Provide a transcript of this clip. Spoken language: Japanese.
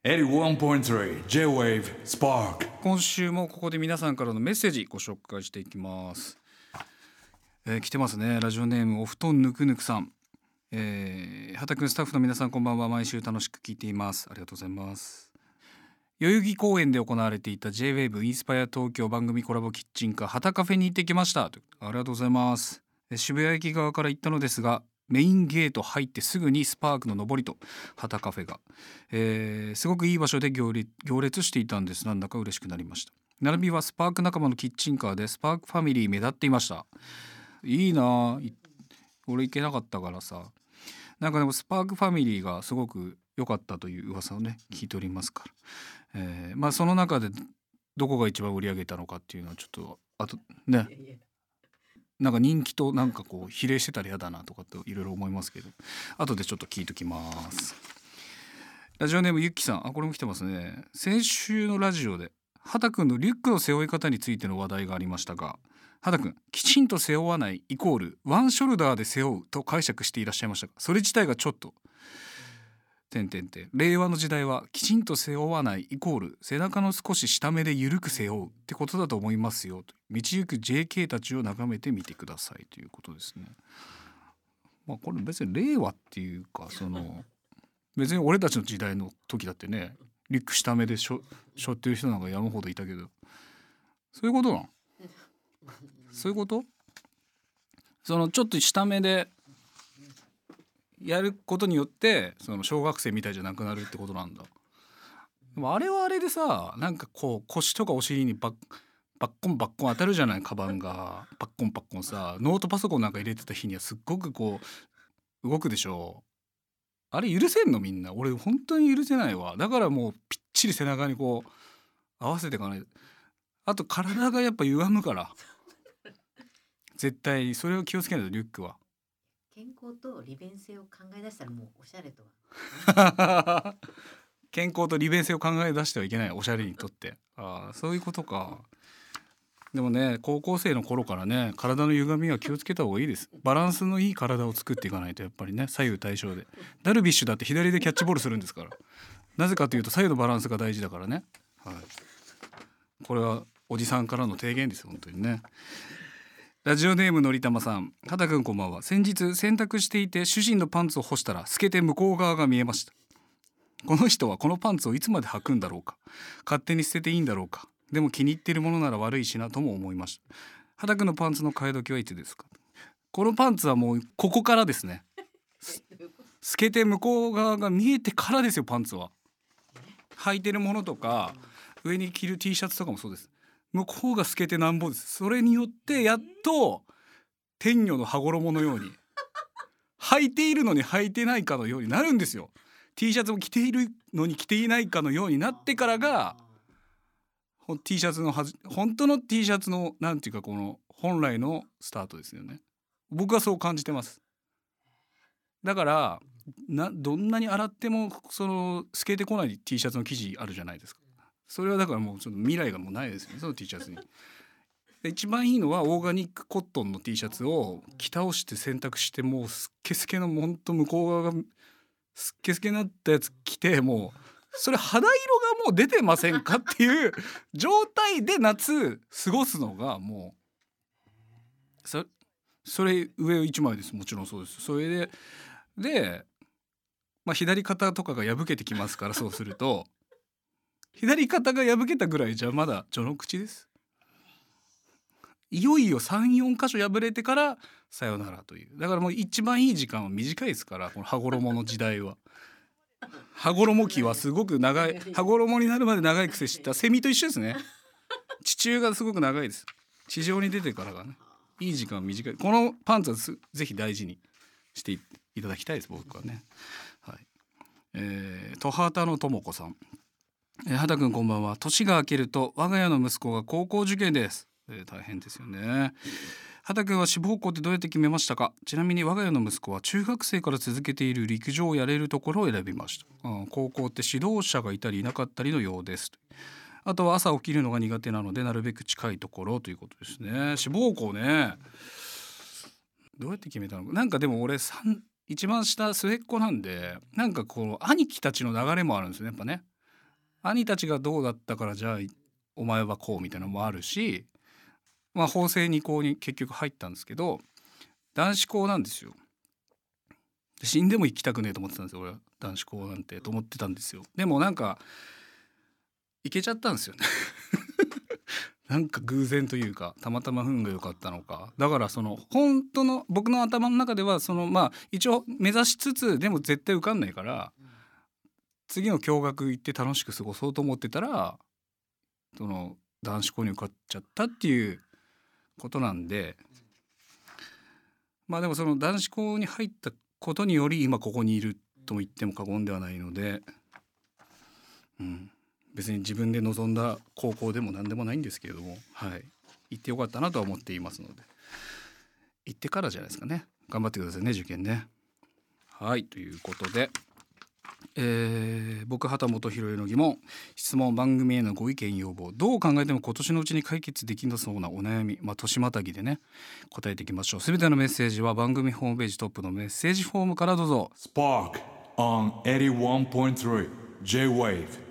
81.3 J-Wave Spark。 今週もここで皆さんからのメッセージご紹介していきます。来てますね。ラジオネームお布団ぬくぬくさん。畑くんスタッフの皆さんこんばんは。毎週楽しく聞いています。ありがとうございます。代々木公園で行われていた J-Wave インスパイア東京番組コラボキッチンカーはたカフェに行ってきました。ありがとうございます。渋谷駅側から行ったのですが、メインゲート入ってすぐにスパークの上りとはたカフェが、すごくいい場所で行列していたんです。なんだか嬉しくなりました。並びはスパーク仲間のキッチンカーでスパークファミリー目立っていました。いいな。俺行けなかったからさ。なんかでもスパークファミリーがすごく良かったという噂をね聞いておりますから、まあその中でどこが一番売り上げたのかっていうのはちょっとあとね、なんか人気となんかこう比例してたら嫌だなとかっていろいろ思いますけど、後でちょっと聞いときます。ラジオネームゆっきさん。これも来てますね。先週のラジオではたくんのリュックの背負い方についての話題がありましたが、はたくんきちんと背負わないイコールワンショルダーで背負うと解釈していらっしゃいましたが、それ自体がちょっと令和の時代はきちんと背負わないイコール背中の少し下目で緩く背負うってことだと思いますよと。道行く JK たちを眺めてみてくださいということですね。まあこれ別に令和っていうか、別に俺たちの時代の時だってね、リュック下目で背負ってる人なんか山ほどいたけど、そういうことなんそういうこと？ちょっと下目でやることによって小学生みたいじゃなくなるってことなんだ。でもあれはあれでさ、なんかこう腰とかお尻にバッコン当たるじゃない。カバンがパッコンさ、ノートパソコンなんか入れてた日にはすっごくこう動くでしょ。あれ許せんの？みんな。俺本当に許せないわ。だからもうぴっちり背中にこう合わせていかない。あと体がやっぱ歪むから絶対それを気をつけないと。リュックは健康と利便性を考え出したらもうおしゃれとは健康と利便性を考え出してはいけない。おしゃれにとって。そういうことか。でもね、高校生の頃からね、体の歪みは気をつけた方がいいです。バランスのいい体を作っていかないと。やっぱりね、左右対称で。ダルビッシュだって左でキャッチボールするんですから。なぜかというと左右のバランスが大事だからね。これはおじさんからの提言です本当にね。ラジオネームのりたまさん。はたくんこんばんは。先日洗濯していて主人のパンツを干したら透けて向こう側が見えました。この人はこのパンツをいつまで履くんだろうか。勝手に捨てていいんだろうか。でも気に入っているものなら悪いしなとも思いました。はたくんのパンツの替え時はいつですか。このパンツはもうここからですね。透けて向こう側が見えてからですよ。パンツは履いてるものとか上に着る T シャツとかもそうです。向こうが透けてなんぼです。それによってやっと天女の羽衣のように履いているのに履いてないかのようになるんですよ。 T シャツも着ているのに着ていないかのようになってからがT シャツの本当の T シャツのなんていうか、この本来のスタートですよね。僕はそう感じてます。だからどんなに洗っても透けてこない T シャツの生地あるじゃないですか。それはだからもうちょっと未来がもうないですよね、その T シャツに。で一番いいのはオーガニックコットンの T シャツを着倒して洗濯して、もうすっけすけのほんと向こう側がすっけすけになったやつ着て、もうそれ肌色がもう出てませんかっていう状態で夏過ごすのがもうそれ上1枚です。もちろんそうです。それで左肩とかが破けてきますから、そうすると左肩が破けたぐらいじゃまだ序の口です。いよいよ 3,4 箇所破れてからさよならという。だからもう一番いい時間は短いですから、この羽衣の時代は。羽衣期はすごく長い。羽衣になるまで長い癖したセミと一緒ですね。地中がすごく長いです。地上に出てからがね、いい時間は短い。このパンツはぜひ大事にしていただきたいです、僕はね。とはたのともこさん。はたくんこんばんは。年が明けると我が家の息子が高校受験です。大変ですよね。はたくんは志望校ってどうやって決めましたか。ちなみに我が家の息子は中学生から続けている陸上をやれるところを選びました。高校って指導者がいたりいなかったりのようです。あとは朝起きるのが苦手なのでなるべく近いところということですね。志望校ね、どうやって決めたのか。なんかでも俺一番下末っ子なんで、なんかこう兄貴たちの流れもあるんですね、やっぱね。 兄たちがどうだったからじゃあお前はこうみたいなのもあるし、まあ法政二高に結局入ったんですけど、男子校なんですよ。死んでも行きたくねえと思ってたんですよ俺は。男子校なんてと思ってたんですよ。でもなんか行けちゃったんですよねなんか偶然というかたまたま運が良かったのか。だからその本当の僕の頭の中ではそのまあ一応目指しつつでも絶対受かんないから次の共学行って楽しく過ごそうと思ってたらその男子校に受かっちゃったっていうことなんで、まあでもその男子校に入ったことにより今ここにいるとも言っても過言ではないので、別に自分で望んだ高校でも何でもないんですけれども、行ってよかったなとは思っていますので、行ってからじゃないですかね。頑張ってくださいね受験ね。はいということで、僕畑本博への疑問質問番組へのご意見要望どう考えても今年のうちに解決できなそうなお悩み、年またぎでね答えていきましょう。すべてのメッセージは番組ホームページトップのメッセージフォームからどうぞ。 Spark on 81.3 J-Wave